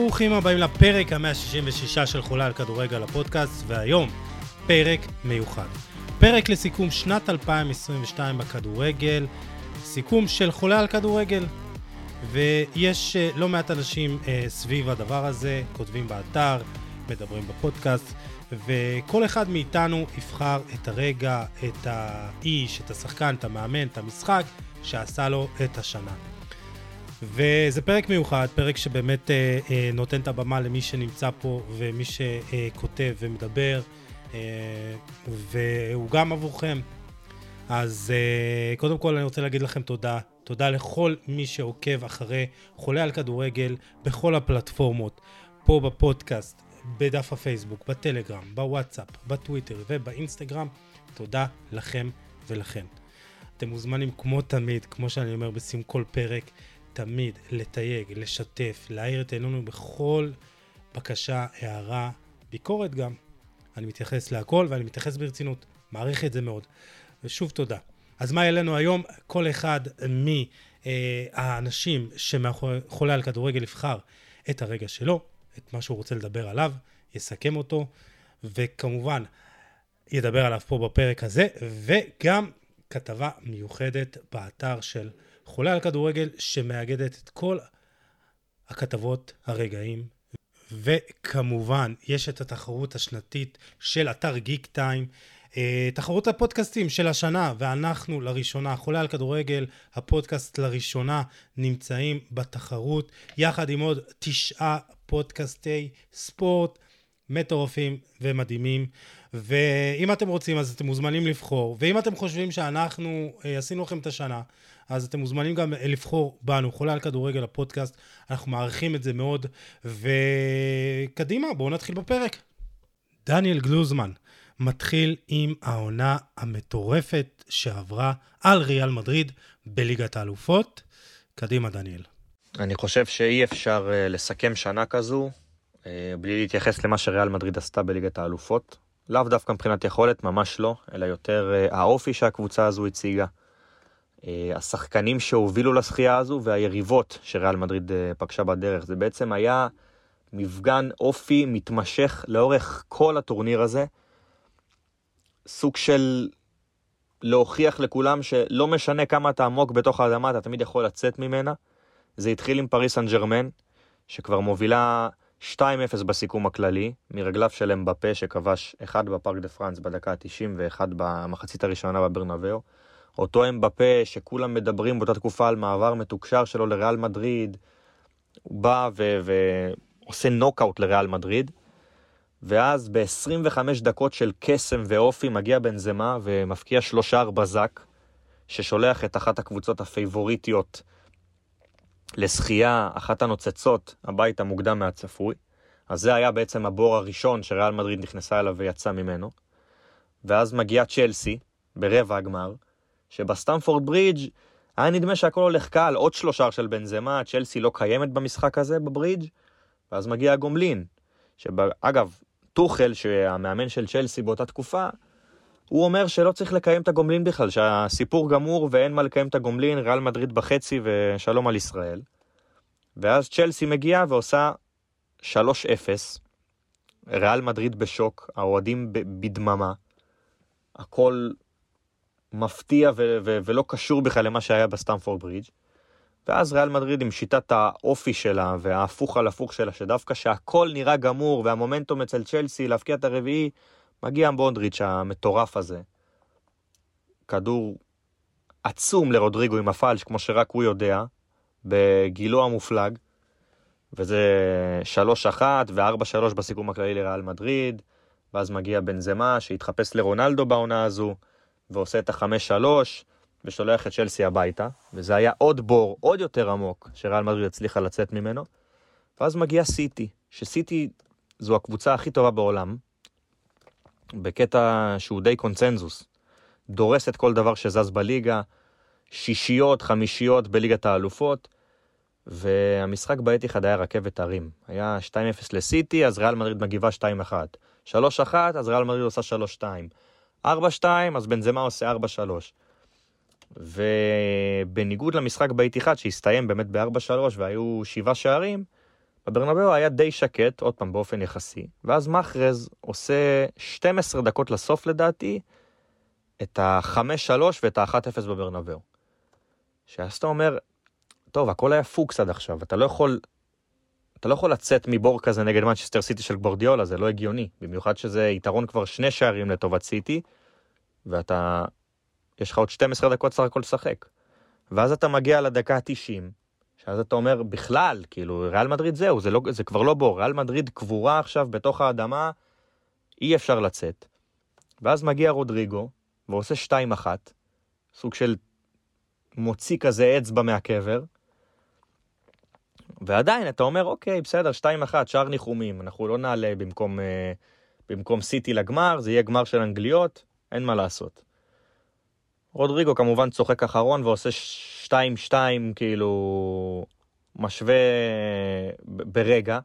ברוכים הבאים לפרק ה-166 של חולה על כדורגל הפודקאסט, והיום פרק מיוחד. פרק לסיכום שנת 2022 בכדורגל, סיכום של חולה על כדורגל. ויש לא מעט אנשים סביב הדבר הזה, כותבים באתר, מדברים בפודקאסט, וכל אחד מאיתנו יבחר את הרגע, את האיש, את השחקן, את המאמן, את המשחק שעשה לו את השנה. וזה פרק מיוחד, פרק שבאמת נותן את הבמה למי שנמצא פה ומי שכותב ומדבר, והוא גם עבורכם. אז קודם כל אני רוצה להגיד לכם תודה. תודה לכל מי שעוקב אחרי חולה על כדורגל בכל הפלטפורמות, פה בפודקאסט, בדף הפייסבוק, בטלגרם, בוואטסאפ, בטוויטר ובאינסטגרם. תודה לכם ולכן. אתם מוזמנים כמו תמיד, כמו שאני אומר בסיום כל פרק, תמיד לתייג, לשתף, להעיר את עינינו בכל בקשה, הערה, ביקורת גם. אני מתייחס להכל ואני מתייחס ברצינות. מעריך את זה מאוד. ושוב תודה. אז מה יהיה לנו היום? כל אחד מהאנשים שחולה על כדורגל יבחר את הרגע שלו, את מה שהוא רוצה לדבר עליו, יסכם אותו, וכמובן ידבר עליו פה בפרק הזה, וגם כתבה מיוחדת באתר של חולה על כדורגל, שמאגדת את כל הכתבות, הרגעים, וכמובן יש את התחרות השנתית של אתר גיק טיים, תחרות הפודקאסטים של השנה, ואנחנו לראשונה, חולה על כדורגל, הפודקאסט לראשונה, נמצאים בתחרות, יחד עם עוד 9 פודקאסטי ספורט, מטורפים ומדהימים, ואם אתם רוצים אז אתם מוזמנים לבחור, ואם אתם חושבים שאנחנו עשינו לכם את השנה, אז אתם מוזמנים גם לבחור בנו, חולה על כדורגל הפודקאסט, אנחנו מעריכים את זה מאוד, וקדימה, בואו נתחיל בפרק. דניאל גלוזמן מתחיל עם העונה המטורפת שעברה על ריאל מדריד בליגת האלופות. קדימה דניאל. אני חושב שאי אפשר לסכם שנה כזו בלי להתייחס למה שריאל מדריד עשתה בליגת האלופות. לאו דווקא מבחינת יכולת, ממש לא, אלא יותר האופי שהקבוצה הזו הציגה. השחקנים שהובילו לשחייה הזו והיריבות שריאל מדריד פגשה בדרך. זה בעצם היה מפגן אופי מתמשך לאורך כל הטורניר הזה. סוג של להוכיח לכולם שלא משנה כמה אתה עמוק בתוך האדמה, אתה תמיד יכול לצאת ממנה. זה התחיל עם פריס סן ז'רמן, שכבר מובילה 2-0 בסיכום הכללי, מרגליו של אמבפה שכבש 1 בפארק דה פרנס בדקה ה-90 ו1 במחצית הראשונה בברנבאו. אותו אמבפה שכולם מדברים באותה תקופה על מעבר מתוקשר שלו לריאל מדריד, הוא בא ועושה נוקאוט לריאל מדריד, ואז ב-25 דקות של קסם ואופי מגיע בנזמה ומפקיע 3 בזק, ששולח את אחת הקבוצות הפייבוריטיות לשחייה, אחת הנוצצות, הביתה מוקדם מהצפוי. אז זה היה בעצם הבור הראשון שריאל מדריד נכנסה אליו ויצא ממנו. ואז מגיעה צ'לסי ברבע הגמר, שבסטמפורד ברידג' היה נדמה שהכל הולך קל, עוד 3 של בנזמה, צ'לסי לא קיימת במשחק הזה בברידג', ואז מגיע הגומלין, שאגב, טוחל, שהמאמן של צ'לסי באותה תקופה, הוא אומר שלא צריך לקיים את הגומלין בכלל, שהסיפור גמור ואין מה לקיים את הגומלין, ריאל מדריד בחצי ושלום על ישראל. ואז צ'לסי מגיעה ועושה 3-0, ריאל מדריד בשוק, האוהדים בדממה, הכל מפתיע ולא קשור בכלל למה שהיה בסטמפורד ברידג'. ואז ריאל מדריד עם שיטת האופי שלה וההפוך על הפוך שלה, שדווקא שהכל נראה גמור והמומנטום אצל צ'לסי להפקיע את הרביעי, מגיע מודריץ' המטורף הזה. כדור עצום לרודריגו עם הפלש, כמו שרק הוא יודע, בגילו המופלג, וזה 3-1 ו-4-3 בסיכום הכללי לריאל מדריד, ואז מגיע בנזמה שהתחפש לרונלדו בעונה הזו, ועושה את ה-5-3, ושולח את צ'לסי הביתה, וזה היה עוד בור, עוד יותר עמוק, שריאל מדריד הצליחה לצאת ממנו. ואז מגיע סיטי, שסיטי זו הקבוצה הכי טובה בעולם, בקטע שהוא די קונצנזוס, דורס את כל דבר שזז בליגה, 6, 5 בליגת האלופות, והמשחק באתיחד היה רכבת הרים. היה 2-0 לסיטי, אז ריאל מדריד מגיבה 2-1. 3-1, אז ריאל מדריד עושה 3-2. 4-2, אז בנזמה עושה 4-3. ובניגוד למשחק באתיחד שהסתיים באמת ב-4-3 והיו 7 שערים, בברנבאו היה די שקט, עוד פעם באופן יחסי, ואז מחרז עושה 12 דקות לסוף לדעתי, את ה-5-3 ואת ה-1-0 בברנבאו. שאז אתה אומר, טוב, הכל היה פוקס עד עכשיו, אתה לא יכול לצאת מבור כזה נגד מנצ'סטר סיטי של גוורדיולה, זה לא הגיוני, במיוחד שזה יתרון כבר 2 שערים לטובת סיטי, יש לך עוד 12 דקות סך הכל לשחק. ואז אתה מגיע לדקה ה-90, שאז אתה אומר, בכלל, כאילו, ריאל מדריד זהו, זה כבר לא בור, ריאל מדריד קבורה עכשיו בתוך האדמה, אי אפשר לצאת. ואז מגיע רודריגו, ועושה 2-1, סוג של מוציא כזה אצבע מהקבר, ועדיין אתה אומר, אוקיי, בסדר, 2-1, שער ניחומים, אנחנו לא נעלה במקום סיטי לגמר, זה יהיה גמר של אנגליות, אין מה לעשות. רודריגו כמובן צוחק אחרון ועושה 2-2, כאילו משווה ברגע,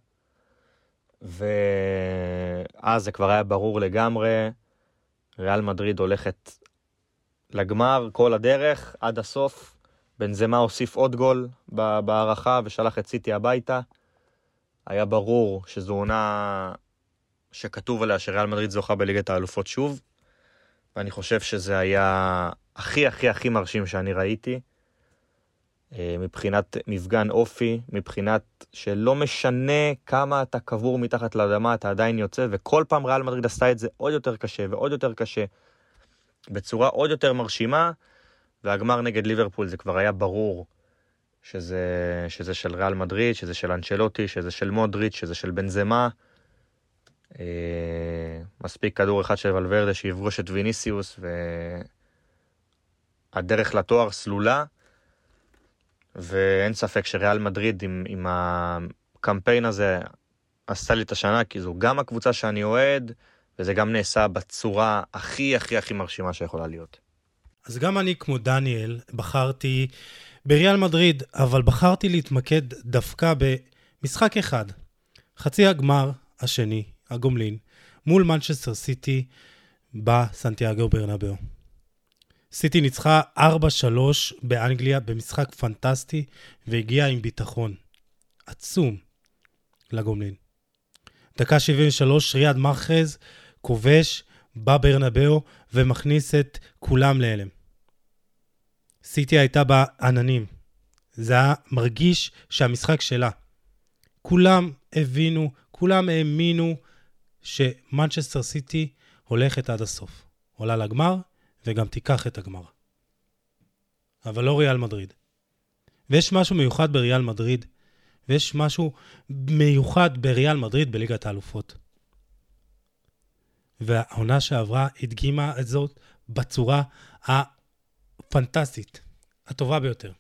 ואז זה כבר היה ברור לגמרי, ריאל מדריד הולכת לגמר כל הדרך עד הסוף, בנזמה הוסיף עוד גול בהערכה ושלח את סיטי הביתה. היה ברור שזו עונה שכתוב עליה שריאל מדריד זוכה בליגת האלופות שוב, ואני חושב שזה היה הכי מרשים שאני ראיתי, מבחינת מפגן אופי, מבחינת שלא משנה כמה אתה קבור מתחת לאדמה, אתה עדיין יוצא, וכל פעם ריאל מדריד עשתה את זה עוד יותר קשה ועוד יותר קשה, בצורה עוד יותר מרשימה, והגמר נגד ליברפול זה כבר היה ברור שזה של ריאל מדריד, שזה של אנצ'לוטי, שזה של מודריץ', שזה של בנזמה. מספיק כדור אחד של ולוורדה שיפגוש את ויניסיוס, והדרך לתואר סלולה, ואין ספק שריאל מדריד עם הקמפיין הזה עשתה לי את השנה, כי זו גם הקבוצה שאני אוהד, וזה גם נעשה בצורה הכי מרשימה שיכולה להיות. אז גם אני כמו דניאל בחרתי בריאל מדריד, אבל בחרתי להתמקד דווקא במשחק אחד. חצי הגמר השני, הגומלין, מול מנצ'סטר סיטי בסנטיאגו ברנבאו. סיטי ניצחה 4-3 באנגליה במשחק פנטסטי, והגיעה עם ביטחון עצום לגומלין. דקה 73, ריאד מחרז כובש בברנבאו ומכניס את כולם להלם. סיטי הייתה בעננים. זה היה מרגיש שהמשחק שלה. כולם הבינו, כולם האמינו שמנצ'סטר סיטי הולכת עד הסוף. עולה לגמר וגם תיקח את הגמר. אבל לא ריאל מדריד. ויש משהו מיוחד בריאל מדריד, ויש משהו מיוחד בריאל מדריד בליגת האלופות. והעונה שעברה הדגימה את זאת בצורה הפנטסטית, הטובה ביותר.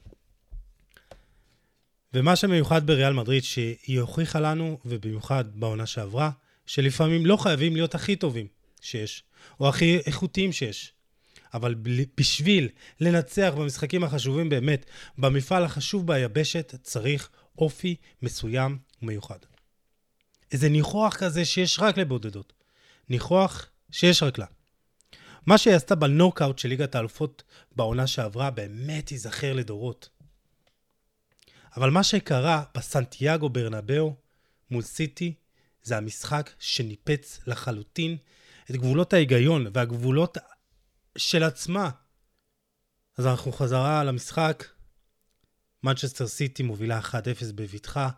ומה שמיוחד בריאל מדריד שהיא הוכיחה לנו, ובמיוחד בעונה שעברה, שלפעמים לא חייבים להיות הכי טובים שיש, או הכי איכותיים שיש. אבל בשביל לנצח במשחקים החשובים באמת, במפעל החשוב ביבשת, צריך אופי מסוים ומיוחד. איזה ניחוח כזה שיש רק לבודדות. ניחוח שיש רק לה. מה שהיא עשתה בנוקאוט של ליגת האלופות בעונה שעברה באמת ייזכר לדורות. אבל מה שקרה בסנטיאגו ברנבאו מול סיטי, זה המשחק שניפץ לחלוטין את גבולות ההיגיון והגבולות של עצמה. אז אנחנו חזרה על המשחק. מנצ'סטר סיטי מובילה 1-0 בביטחה.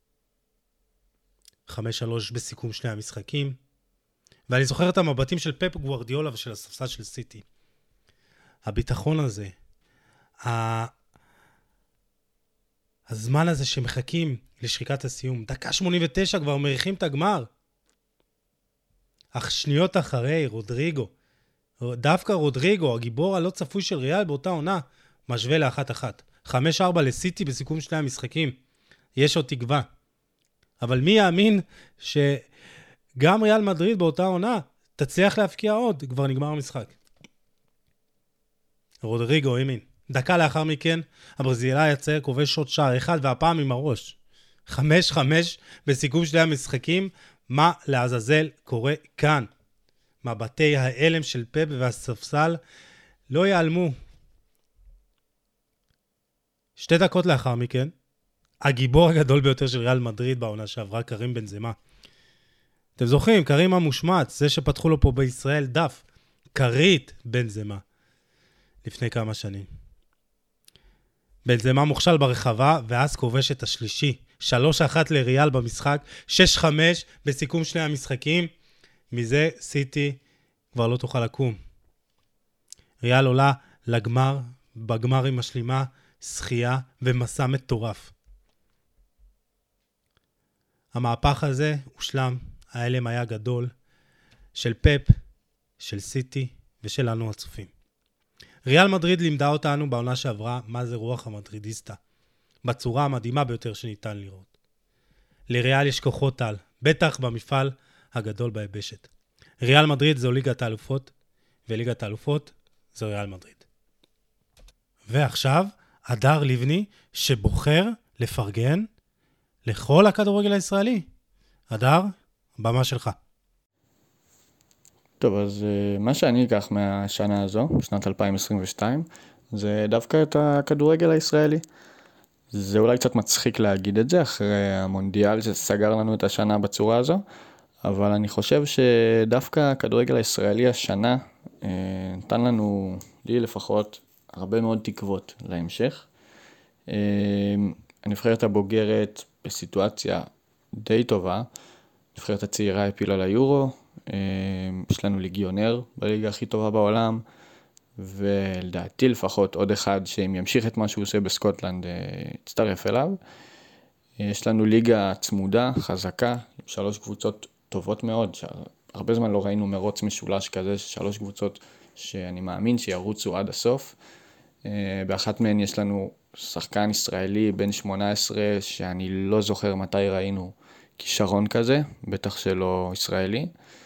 5-3 בסיכום שני המשחקים. ואני זוכר את המבטים של פפ גוארדיולה ושל הספסל של סיטי. הביטחון הזה, הזמן הזה שמחכים לשריקת הסיום, דקה 89 כבר מריחים את הגמר. אך שניות אחרי, רודריגו, דווקא רודריגו, הגיבור הלא צפוי של ריאל באותה עונה, משווה ל-1-1. 5-4 לסיטי בסיכום שני המשחקים. יש עוד תקווה. אבל מי יאמין שגם ריאל מדריד באותה עונה תצליח להפקיע עוד? כבר נגמר המשחק. רודריגו האמין. דקה לאחר מכן, הברזילאי הצעיר כובש עוד שער אחד, והפעם עם הראש. 5-5 בסיכום שני המשחקים. מה לעזאזל קורה כאן? מבטי ההלם של פפ והספסל לא ייעלמו. 2 דקות לאחר מכן, הגיבור הגדול ביותר של ריאל מדריד בעונה שעברה, קרים בנזמה. אתם זוכרים, קרים המושמץ, זה שפתחו לו פה בישראל דף, קרית בנזמה, לפני כמה שנים. בנזמה מוכשל ברחבה, ואז כובש את השלישי. 3-1 לריאל במשחק, 6-5 בסיכום שני המשחקים. מזה סיטי כבר לא תוכל לקום. ריאל עולה לגמר, בגמר עם משלימה, שחייה ומסע מטורף. המהפך הזה הושלם, ההלם היה גדול, של פפ, של סיטי ושלנו הצופים. ריאל מדריד לימדה אותנו בעונה שעברה מה זה רוח המדרידיסטה, בצורה המדהימה ביותר שניתן לראות. לריאל יש כוחות על, בטח במפעל הגדול ביבשת. ריאל מדריד זו ליגת האלופות, וליגת האלופות זו ריאל מדריד. ועכשיו, הדר לבני שבוחר לפרגן לכל הכדורגל הישראלי. הדר, במה שלך. טוב, אז מה שאני אקח מהשנה הזו, שנת 2022, זה דווקא את הכדורגל הישראלי. זה אולי קצת מצחיק להגיד את זה, אחרי המונדיאל שסגר לנו את השנה בצורה הזו, אבל אני חושב שדווקא הכדורגל הישראלי השנה נתן לנו, לי לפחות, הרבה מאוד תקוות להמשך. הנבחרת הבוגרת בסיטואציה די טובה, הנבחרת הצעירה הפילה ליורו, יש לנו ליגיונר בליגה הכי טובה בעולם, ולדעתי לפחות עוד אחד שאם ימשיך את מה שהוא עושה בסקוטלנד יצטרף אליו. יש לנו ליגה צמודה, חזקה, 3 קבוצות טובות מאוד, הרבה זמן לא ראינו מרוץ משולש כזה, 3 קבוצות שאני מאמין שירוצו עד הסוף. באחת מהן יש לנו שחקן ישראלי בן 18 שאני לא זוכר מתי ראינו כישרון כזה, בטח שלא ישראלי.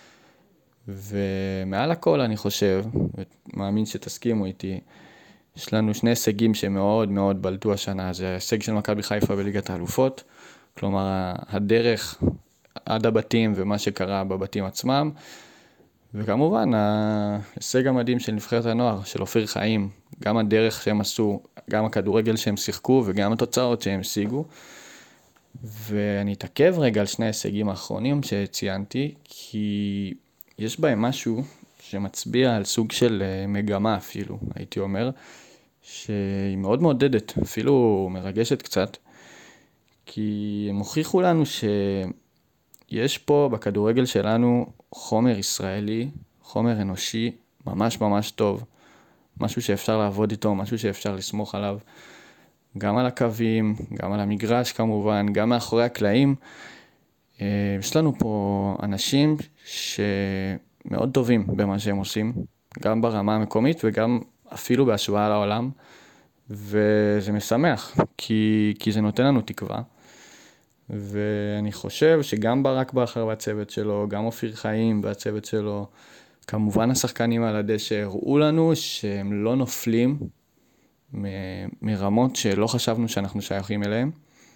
ומעל הכל אני חושב, ומאמין שתסכימו איתי, יש לנו 2 הישגים שמאוד מאוד בלטו השנה. זה ההישג של מכבי חיפה בליגת האלופות, כלומר הדרך עד הבתים ומה שקרה בבתים עצמם, וכמובן ההישג המדהים של נבחרת הנוער, של אופיר חיים, גם הדרך שהם עשו, גם הכדורגל שהם שיחקו וגם התוצאות שהם השיגו. ואני אתעכב רגע על 2 ההישגים האחרונים שציינתי, כי יש בהם משהו שמצביע על סוג של מגמה אפילו, הייתי אומר, שהיא מאוד מעודדת, אפילו מרגשת קצת, כי הם הוכיחו לנו שיש פה בכדורגל שלנו חומר ישראלי, חומר אנושי, ממש ממש טוב, משהו שאפשר לעבוד איתו, משהו שאפשר לסמוך עליו, גם על הקווים, גם על המגרש כמובן, גם מאחורי הקלעים. יש לנו פה אנשים שמאוד טובים במה שהם עושים, גם ברמה המקומית וגם אפילו בהשוואה לעולם, וזה משמח, כי זה נותן לנו תקווה. ואני חושב שגם ברק בכר והצוות שלו, גם אופיר חיים והצוות שלו, כמובן השחקנים על הדשא, הראו לנו שהם לא נופלים מרמות שלא חשבנו שאנחנו שייכים אליהם.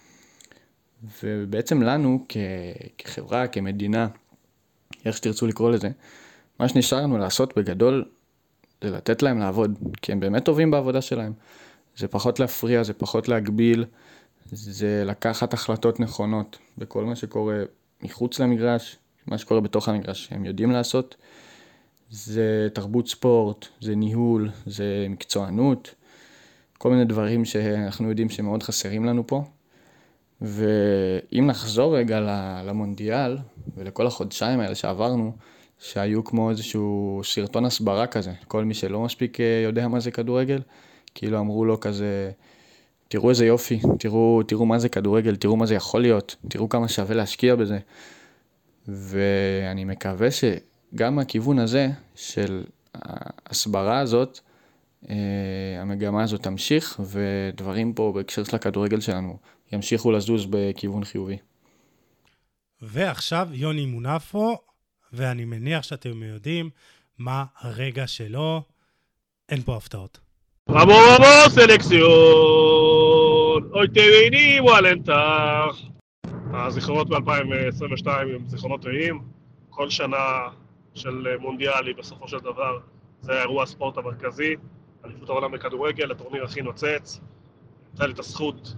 ובעצם לנו כחברה, כמדינה, איך שתרצו לקרוא לזה, מה שנשאר לנו לעשות בגדול, זה לתת להם לעבוד, כי הם באמת טובים בעבודה שלהם. זה פחות להפריע, זה פחות להגביל, זה לקחת החלטות נכונות בכל מה שקורה מחוץ למגרש, מה שקורה בתוך המגרש, הם יודעים לעשות. זה תרבות ספורט, זה ניהול, זה מקצוענות, כל מיני דברים שאנחנו יודעים שמאוד חסרים לנו פה. ואם נחזור רגע למונדיאל ולכל החודשיים האלה שעברנו, שהיו כמו איזשהו סרטון הסברה כזה, כל מי שלא מספיק יודע מה זה כדורגל, כאילו אמרו לו כזה, תראו איזה יופי, תראו מה זה כדורגל, תראו מה זה יכול להיות, תראו כמה שווה להשקיע בזה. ואני מקווה שגם מהכיוון הזה של ההסברה הזאת, המגמה הזאת תמשיך, ודברים פה בהקשר של הכדורגל שלנו ימשיכו לזוז בכיוון חיובי. ועכשיו יוני מונפו, ואני מניח שאתם יודעים מה הרגע שלו, אין פה הפתעות. Vamos, selección. Hoy te venimos a alentar. הזיכרונות ב-2022 הם זיכרונות טובים. כל שנה של מונדיאלי בסופו של דבר זה האירוע הספורט המרכזי. אליפות העולם בכדורגל, הטורניר הכי נוצץ. הייתה לי את הזכות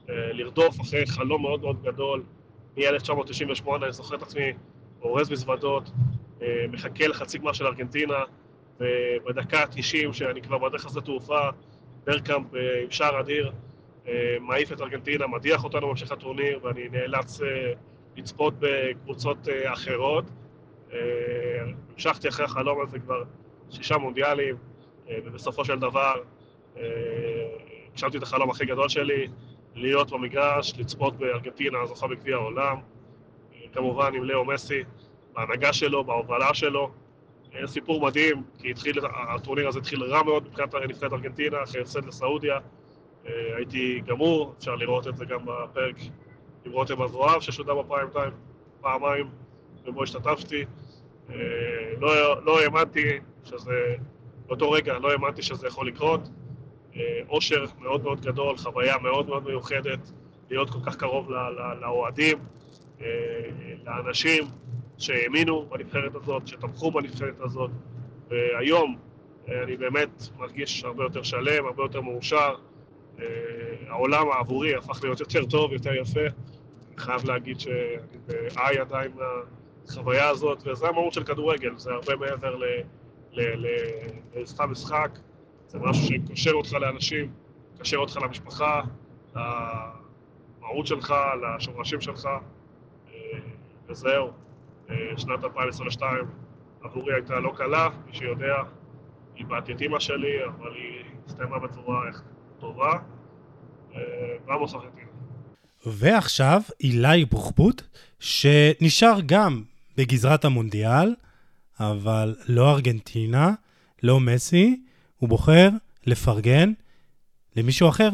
לרדוף אחרי חלום מאוד מאוד גדול, מ-1998, אני זוכר את עצמי, אורז מזוודות, מחכה לחצי גמר של ארגנטינה, ובדקה 90 שאני כבר בדרך לשדה תעופה, ברקאמפ עם שער אדיר, מעיף את ארגנטינה, מדיח אותנו בהמשך הטורניר, ואני נאלץ לצפות בקבוצות אחרות. המשכתי אחרי החלום הזה כבר 6 מונדיאלים, ובסופו של דבר הגשמתי את החלום הכי גדול שלי, להיות במגרש, לצפות בארגנטינה, זוכה בגביע העולם, כמובן עם לאו מסי, בהנהגה שלו, בהובלה שלו. סיפור מדהים, כי הטורניר הזה התחיל רע מאוד מבחינת נבחרת ארגנטינה, אחרי הפסד לסעודיה. הייתי גמור, אפשר לראות את זה גם בפרק עם רותם הזרועב, ששודר בפריים טיים פעמיים, ובו השתתפתי. לא האמנתי שזה, באותו רגע לא האמנתי שזה יכול לקרות. אושר מאוד מאוד גדול, חוויה מאוד מאוד מיוחדת, להיות כל כך קרוב לאוהדים, לאנשים שהאמינו בנבחרת הזאת, שתמכו בנבחרת הזאת, והיום אני באמת מרגיש הרבה יותר שלם, הרבה יותר מאושר. העולם עבורי הפך להיות יותר טוב, יותר יפה. אני חייב להגיד שאני בעי עדיין מהחוויה הזאת, וזה המהות של כדורגל, זה הרבה מעבר לסתם משחק. זה משהו שקושר אותך לאנשים, קשר אותך למשפחה, למהות שלך, לשורשים שלך, וזהו. שנת 2022 עבורי הייתה לא קלה, מי שיודע, איבדתי את אמא שלי, אבל היא הסתיימה בצורה טובה, ועמוס ארגנטינה. ועכשיו אילי בוחבוט, שנשאר גם בגזרת המונדיאל, אבל לא ארגנטינה, לא מסי, הוא בוחר לפרגן למישהו אחר.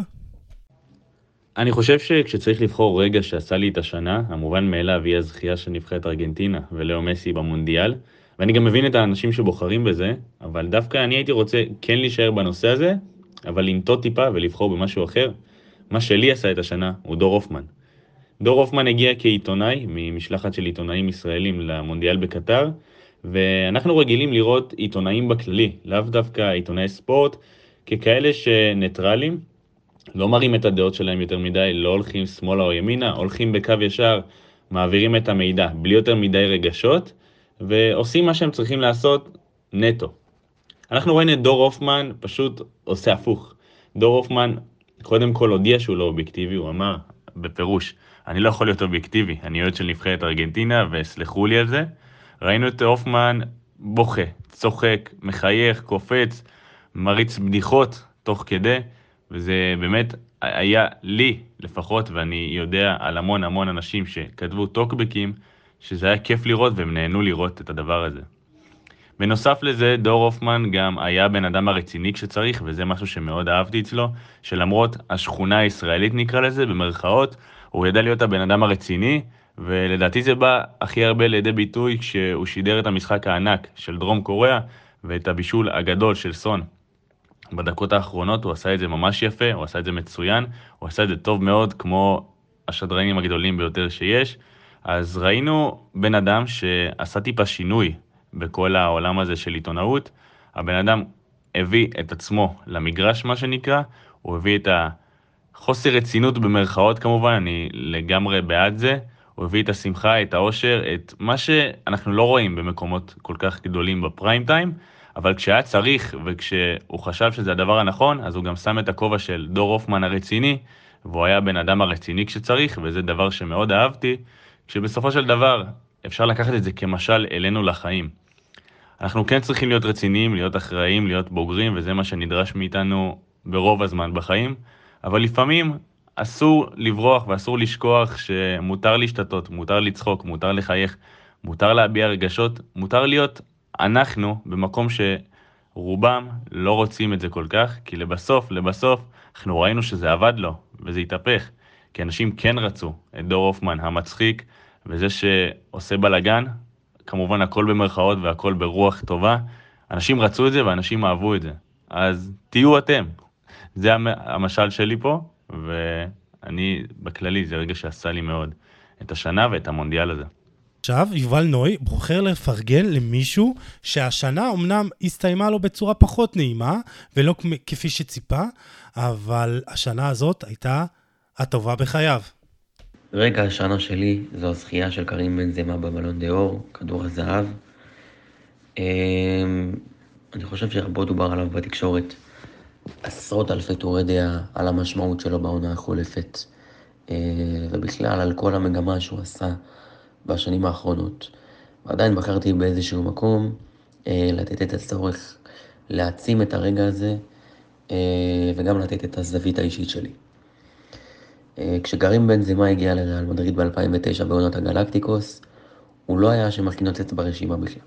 אני חושב שכשצריך לבחור רגע שעשה לי את השנה, המובן מאליו היא הזכייה של נבחרת ארגנטינה ולאו מסי במונדיאל, ואני גם מבין את האנשים שבוחרים בזה, אבל דווקא אני הייתי רוצה כן להישאר בנושא הזה, אבל לנטות טיפה ולבחור במשהו אחר. מה שלי עשה את השנה הוא דור הופמן. דור הופמן הגיע כעיתונאי ממשלחת של עיתונאים ישראלים למונדיאל בקטר, ואנחנו רגילים לראות עיתונאים בכללי, לאו דווקא עיתונאי ספורט, ככאלה שניטרלים, לא מראים את הדעות שלהם יותר מדי, לא הולכים שמאלה או ימינה, הולכים בקו ישר, מעבירים את המידע בלי יותר מדי רגשות, ועושים מה שהם צריכים לעשות נטו. אנחנו רואים את דור הופמן פשוט עושה הפוך. דור הופמן קודם כל הודיע שהוא לא אובייקטיבי, הוא אמר בפירוש, אני לא יכול להיות אובייקטיבי, אני אוהד של נבחרת ארגנטינה וסלחו לי על זה. ראינו את הופמן בוכה, צוחק, מחייך, קופץ, מריץ בדיחות תוך כדי, וזה באמת היה לי לפחות, ואני יודע על המון אנשים שכתבו טוקבקים, שזה היה כיף לראות והם נהנו לראות את הדבר הזה. בנוסף לזה, דור הופמן גם היה בן אדם הרציני כשצריך, וזה משהו שמאוד אהבתי אצלו, שלמרות השכונה הישראלית נקרא לזה, במרכאות, הוא ידע להיות הבן אדם הרציני, ולדעתי זה בא הכי הרבה לידי ביטוי כשהוא שידר את המשחק הענק של דרום קוריאה, ואת הבישול הגדול של סון. בדקות האחרונות הוא עשה את זה ממש יפה, הוא עשה את זה מצוין, הוא עשה את זה טוב מאוד כמו השדרנים הגדולים ביותר שיש. אז ראינו בן אדם שעשה טיפה שינוי בכל העולם הזה של עיתונאות. הבן אדם הביא את עצמו למגרש מה שנקרא, הוא הביא את החוסר רצינות במרכאות כמובן, אני לגמרי בעד זה, הוא הביא את השמחה, את האושר, את מה שאנחנו לא רואים במקומות כל כך גדולים בפריים טיים, אבל כשהיה צריך וכשהוא חשב שזה הדבר הנכון, אז הוא גם שם את הכובע של דור הופמן הרציני, והוא היה בן אדם הרציני כשצריך, וזה דבר שמאוד אהבתי, כשבסופו של דבר אפשר לקחת את זה כמשל אלינו לחיים. אנחנו כן צריכים להיות רציניים, להיות אחראים, להיות בוגרים, וזה מה שנדרש מאיתנו ברוב הזמן בחיים, אבל לפעמים אסור לברוח ואסור לשכוח שמותר להשתתות, מותר לצחוק, מותר לחייך, מותר להביע רגשות, מותר להיות אנחנו במקום שרובם לא רוצים את זה כל כך, כי לבסוף אנחנו ראינו שזה עבד לו וזה התהפך, כי אנשים כן רצו את דור הופמן המצחיק, וזה שעושה בלגן, כמובן הכל במרכאות והכל ברוח טובה, אנשים רצו את זה ואנשים אהבו את זה, אז תהיו אתם, זה המשל שלי פה, ואני בכללי זה רגע שעשה לי מאוד את השנה ואת המונדיאל הזה. עכשיו יובל נוי בוחר לפרגן למישהו שהשנה אמנם הסתיימה לו בצורה פחות נעימה ולא כפי שציפה, אבל השנה הזאת הייתה הטובה בחייו. רגע השנה שלי זו הזכייה של קרים בנזמה בבלון דה-אור, כדור הזהב. אני חושב שרבות דובר עליו בתקשורת. עשרות אלפי תיאורי דעה על המשמעות שלו בעונה החולפת, ובכלל על כל המגמה שהוא עשה בשנים האחרונות. ועדיין בחרתי באיזשהו מקום לתת את הצורך להעצים את הרגע הזה, וגם לתת את הזווית האישית שלי. כשקרים בנזמה הגיע לריאל מדריד ב-2009 בעונת הגלקטיקוס, הוא לא היה שמרכין נוצץ ברשימה בכלל.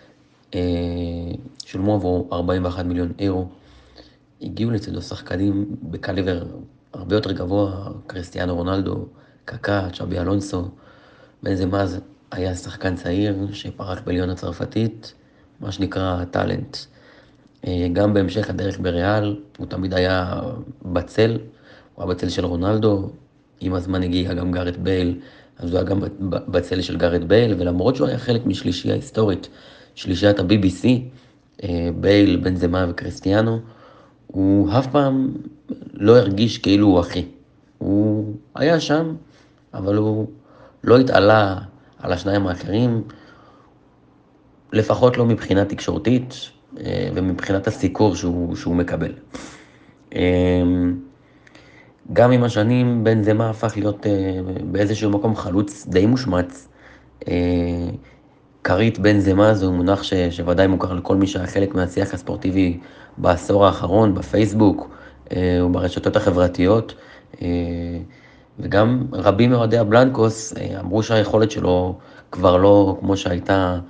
שולמו עבור 41 מיליון אירו, הגיעו לצדו שחקנים בקליבר הרבה יותר גבוה, קריסטיאנו רונלדו, קקה, צ'אבי אלונסו. בנזמה היה שחקן צעיר שפרח בליון הצרפתית, מה שנקרא טלנט. גם בהמשך הדרך בריאל, הוא תמיד היה בצל, הוא היה בצל של רונלדו, עם הזמן הגיע גם גארט בייל, אז הוא היה גם בצל של גארט בייל, ולמרות שהוא היה חלק משלישייה היסטורית, שלישיית ה-BBC, בייל, בנזמה וקריסטיאנו, הוא אף פעם לא הרגיש כאילו הוא אחי. הוא היה שם, אבל הוא לא התעלה על השניים האחרים, לפחות לא מבחינה תקשורתית, ומבחינת הסיקור שהוא מקבל. גם עם השנים בנזמה הפך להיות באיזשהו מקום חלוץ די מושמץ. קרית בנזמה זהו מונח שוודאי מוכר לכל מי שהיה חלק מהשיח הספורטיבי בעשור האחרון, בפייסבוק וברשתות החברתיות. וגם רבים מאוהדי הבלנקוס אמרו שהיכולת שלו כבר לא כמו שהייתה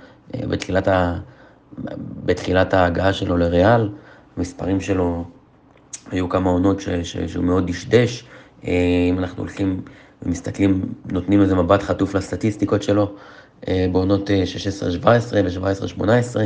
בתחילת ההגעה שלו לריאל. המספרים שלו היו כמה עונות שהוא מאוד דשדש. אם אנחנו הולכים ומסתכלים, נותנים איזה מבט חטוף לסטטיסטיקות שלו, בעונות 16-17 ו-17-18,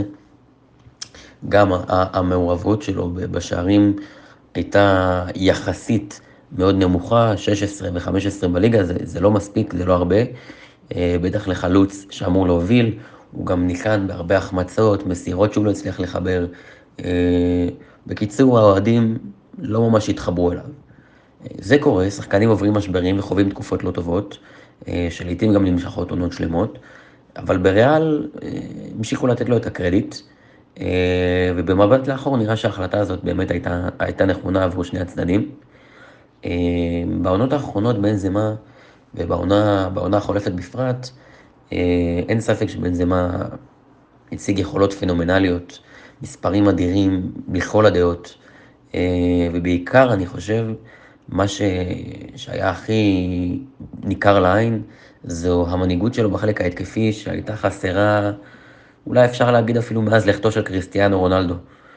גם המעורבות שלו בשערים הייתה יחסית מאוד נמוכה, 16 ו-15 בליגה, זה לא מספיק, זה לא הרבה, בטח לחלוץ שאמור להוביל, הוא גם ניחן בהרבה החמצות, מסירות שהוא לא הצליח לחבר. בקיצור, האוהדים לא ממש התחברו אליו. זה קורה, שחקנים עוברים משברים וחווים תקופות לא טובות, שלעיתים גם נמשכות עונות שלמות, אבל בריאל המשיכו לתת לו את הקרדיט, ובמבט לאחור נראה שההחלטה הזאת באמת הייתה נכונה עבור שני הצדדים. בעונות האחרונות בנזמה ובעונה החולפת בפרט, אין ספק שבנזמה הציג יכולות פנומנליות, מספרים אדירים בכל הדעות, ובעיקר אני חושב מה שהיה הכי ניכר לעין זו המנהיגות שלו בחלק ההתקפי שהייתה חסרה, אולי אפשר להגיד אפילו מאז לכתו של קריסטיאנו רונלדו.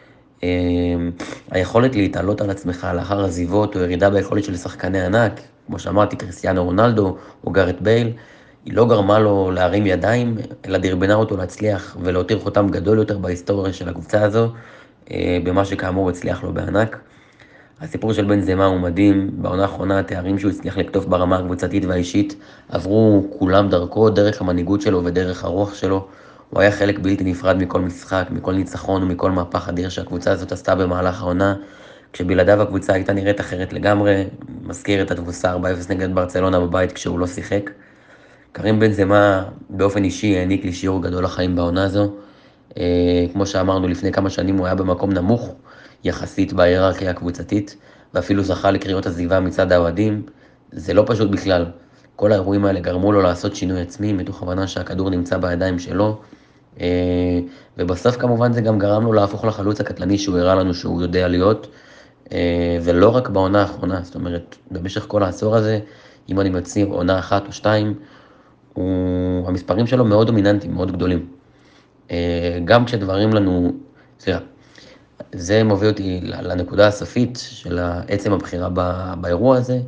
היכולת להתעלות על עצמך לאחר עזיבות או ירידה ביכולת של שחקני ענק, כמו שאמרתי קריסטיאנו רונלדו או גארט בייל, היא לא גרמה לו להרים ידיים, אלא דרבנה אותו להצליח ולהותיר חותם גדול יותר בהיסטוריה של הקבוצה הזו, במה שכאמור הצליח לו בענק. הסיפור של בנזמה הוא מדהים, בעונה האחרונה התארים שהוא הצליח לכתוב ברמה הקבוצתית והאישית עברו כולם דרכו, דרך המנהיגות שלו ודרך הרוח שלו. הוא היה חלק בלתי נפרד מכל משחק, מכל ניצחון ומכל מהפך אדיר שהקבוצה הזאת עשתה במהלך העונה, כשבלעדיו הקבוצה הייתה נראית אחרת לגמרי, מזכיר את התבוסה 4-0 נגד ברצלונה בבית כשהוא לא שיחק. קרים בנזמה באופן אישי העניק לי שיעור גדול לחיים בעונה הזו. כמו שאמרנו לפני כמה שנים הוא היה במקום נמוך יחסית בהיררכיה הקבוצתית, ואפילו זכה לקריאות עזיבה מצד האוהדים. זה לא פשוט בכלל. כל האירועים האלה גרמו לו לעשות שינוי עצמי, מתוך הבנה שהכדור נמצא בידיים שלו, ובסוף כמובן זה גם גרם לו להפוך לחלוץ הקטלני שהוא הראה לנו שהוא יודע להיות, ולא רק בעונה האחרונה, זאת אומרת, במשך כל העשור הזה, אם אני מציר עונה 1 או 2, המספרים שלו מאוד דומיננטיים, מאוד גדולים. גם כשדברים לנו, זה מוביל אותי לנקודה הסופית של עצם הבחירה באירוע הזה,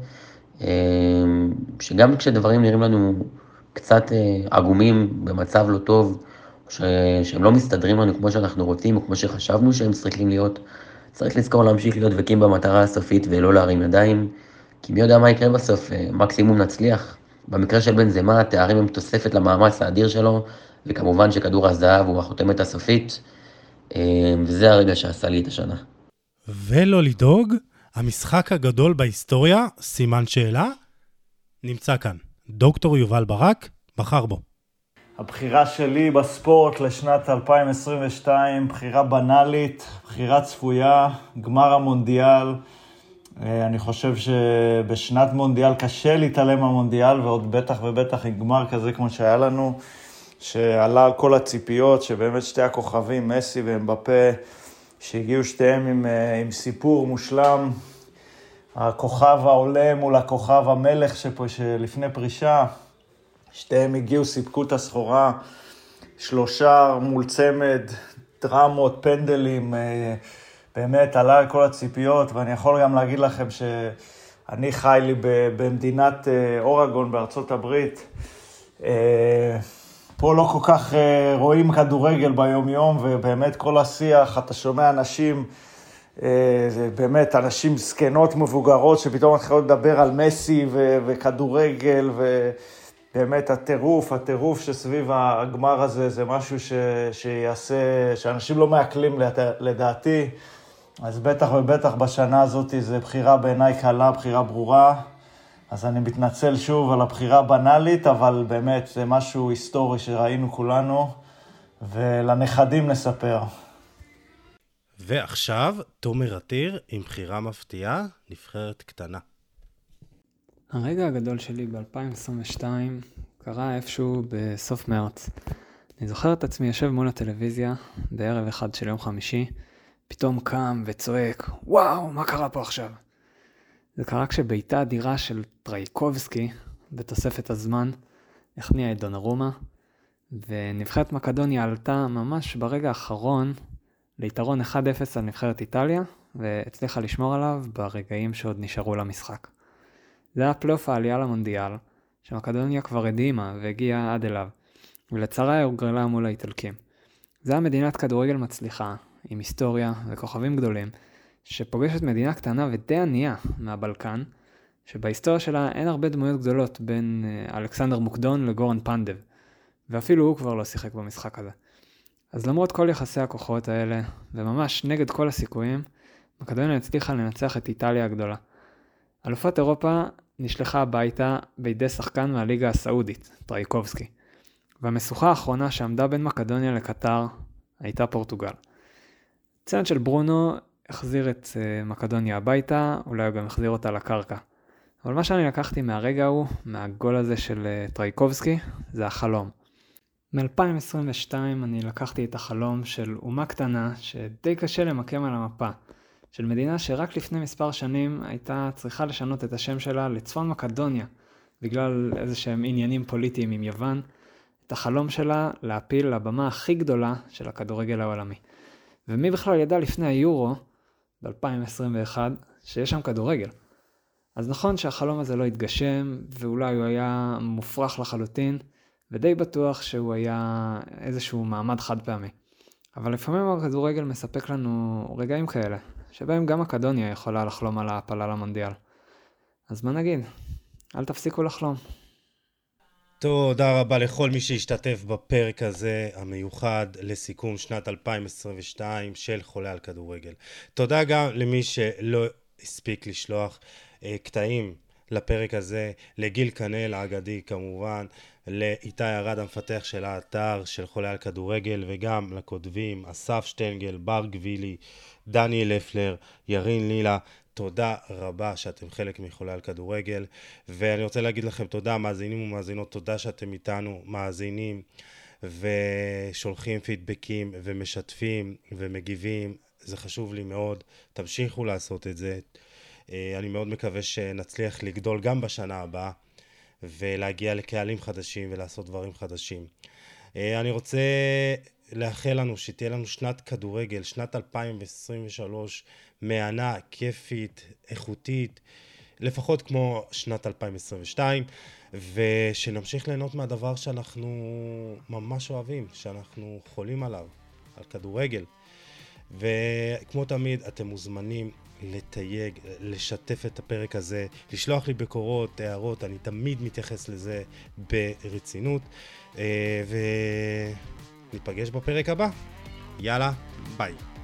שגם כשדברים נראים לנו קצת עגומים, במצב לא טוב, שהם לא מסתדרים לנו כמו שאנחנו רוצים, או כמו שחשבנו שהם צריכים להיות, צריך לזכור להמשיך להיות דבקים במטרה הסופית ולא להרים ידיים, כי מי יודע מה יקרה בסוף, מקסימום נצליח. במקרה של בנזמה, התארים הם תוספת למאמץ האדיר שלו, וכמובן שכדור הזהב הוא החותמת הסופית, וזה הרגע שעשה לי את השנה. ולא לדאוג, המשחק הגדול בהיסטוריה, סימן שאלה, נמצא כאן. דוקטור יובל ברק, בחר בו. הבחירה שלי בספורט לשנת 2022, בחירה בנאלית, בחירה צפויה, גמר המונדיאל. אני חושב שבשנת מונדיאל קשה להתעלם מהמונדיאל, ועוד בטח ובטח עם גמר כזה כמו שהיה לנו, שעלה על כל הציפיות, שבאמת שתי הכוכבים, מסי ואמבפה, שהגיעו שתיהם עם סיפור מושלם, הכוכב העולה מול הכוכב המלך שלפני פרישה, שתיהם הגיעו, סיפקו את הסחורה, 3 מול צמד, דרמות, פנדלים, באמת עלה על כל הציפיות, ואני יכול גם להגיד לכם שאני חי לי במדינת אורגון בארצות הברית, פה לא כל כך רואים כדורגל ביום יום, ובאמת כל השיח, אתה שומע אנשים, באמת אנשים זקנות מבוגרות, שפתאום מתחילות לדבר על מסי וכדורגל, ובאמת הטירוף שסביב הגמר הזה, זה משהו שיעשה, שאנשים לא מעכלים לדעתי, אז בטח ובטח בשנה הזאת זה בחירה בעיניי קלה, בחירה ברורה, אז אני מתנצל שוב על הבחירה בנאלית, אבל באמת זה משהו היסטורי שראינו כולנו, ולנכדים נספר. ועכשיו, תומר עתיר עם בחירה מפתיעה, נבחרת קטנה. הרגע הגדול שלי ב-2022 קרה איפשהו בסוף מרץ. אני זוכר את עצמי יושב מול הטלוויזיה בערב אחד של יום חמישי, פתאום קם וצועק, וואו, מה קרה פה עכשיו? זה קרה כשבעיטה אדירה של טרייקובסקי, בתוספת הזמן, הכניעה את דונרומה, ונבחרת מקדוניה עלתה ממש ברגע האחרון ליתרון 1-0 על נבחרת איטליה, והצליחה לשמור עליו ברגעים שעוד נשארו למשחק. זה היה פלייאוף העלייה למונדיאל, שמקדוניה כבר הדהימה והגיעה עד אליו, ולצערה היא הוגרלה מול האיטלקים. זה היה מדינת כדורגל מצליחה, עם היסטוריה וכוכבים גדולים, שפוגשת מדינה קטנה ודי ענייה מהבלקן, שבהיסטוריה שלה אין הרבה דמויות גדולות בין אלכסנדר מוקדון לגורן פנדב, ואפילו הוא כבר לא שיחק במשחק הזה. אז למרות כל יחסי הכוחות האלה, וממש נגד כל הסיכויים, מקדוניה הצליחה לנצח את איטליה הגדולה. אלופת אירופה נשלחה הביתה בידי שחקן מהליגה הסעודית, טרייקובסקי. והמשוכה האחרונה שעמדה בין מקדוניה לקטר הייתה פורטוגל. צעד של ברונו החזיר את מקדוניה הביתה, אולי הוא גם החזיר אותה לקרקע. אבל מה שאני לקחתי מהרגע ההוא, מהגול הזה של טרייקובסקי, זה החלום. מ-2022 אני לקחתי את החלום של אומה קטנה שדי קשה למקם על המפה, של מדינה שרק לפני מספר שנים הייתה צריכה לשנות את השם שלה לצפון מקדוניה, בגלל איזה שהם עניינים פוליטיים עם יוון, את החלום שלה להפיל לבמה הכי גדולה של הכדורגל העולמי. ומי בכלל ידע לפני היורו, ב-2021, שיש שם כדורגל. אז נכון שהחלום הזה לא התגשם, ואולי הוא היה מופרך לחלוטין, ודי בטוח שהוא היה איזשהו מעמד חד פעמי. אבל לפעמים הכדורגל מספק לנו רגעים כאלה, שבהם גם מקדוניה יכולה לחלום על ההפלה למונדיאל. אז מה נגיד? אל תפסיקו לחלום. תודה רבה לכל מי שהשתתף בפרק הזה המיוחד לסיכום שנת 2022 של חולה על כדורגל. תודה גם למי שלא הספיק לשלוח קטעים לפרק הזה, לגיל קנל האגדי כמובן, לאיתי ארד המפתח של האתר של חולה על כדורגל, וגם לכותבים אסף שטנגל, בר גבילי, דניאל לפלר, ירין לילה. תודה רבה שאתם חלק מחולה על כדורגל, ואני רוצה להגיד לכם תודה, מאזינים ומאזינות, תודה שאתם איתנו מאזינים ושולחים פידבקים ומשתפים ומגיבים, זה חשוב לי מאוד, תמשיכו לעשות את זה. אני מאוד מקווה שנצליח לגדול גם בשנה הבאה ולהגיע לקהלים חדשים ולעשות דברים חדשים. אני רוצה לאחל לנו שתהיה לנו שנת כדורגל, שנת 2023 מהנה, כיפית, איכותית, לפחות כמו שנת 2022, ושנמשיך ליהנות מהדבר שאנחנו ממש אוהבים, שאנחנו חולים עליו, על כדורגל. וכמו תמיד, אתם מוזמנים לתייג, לשתף את הפרק הזה, לשלוח לי ביקורות, הערות, אני תמיד מתייחס לזה ברצינות, וניפגש בפרק הבא. יאללה, ביי.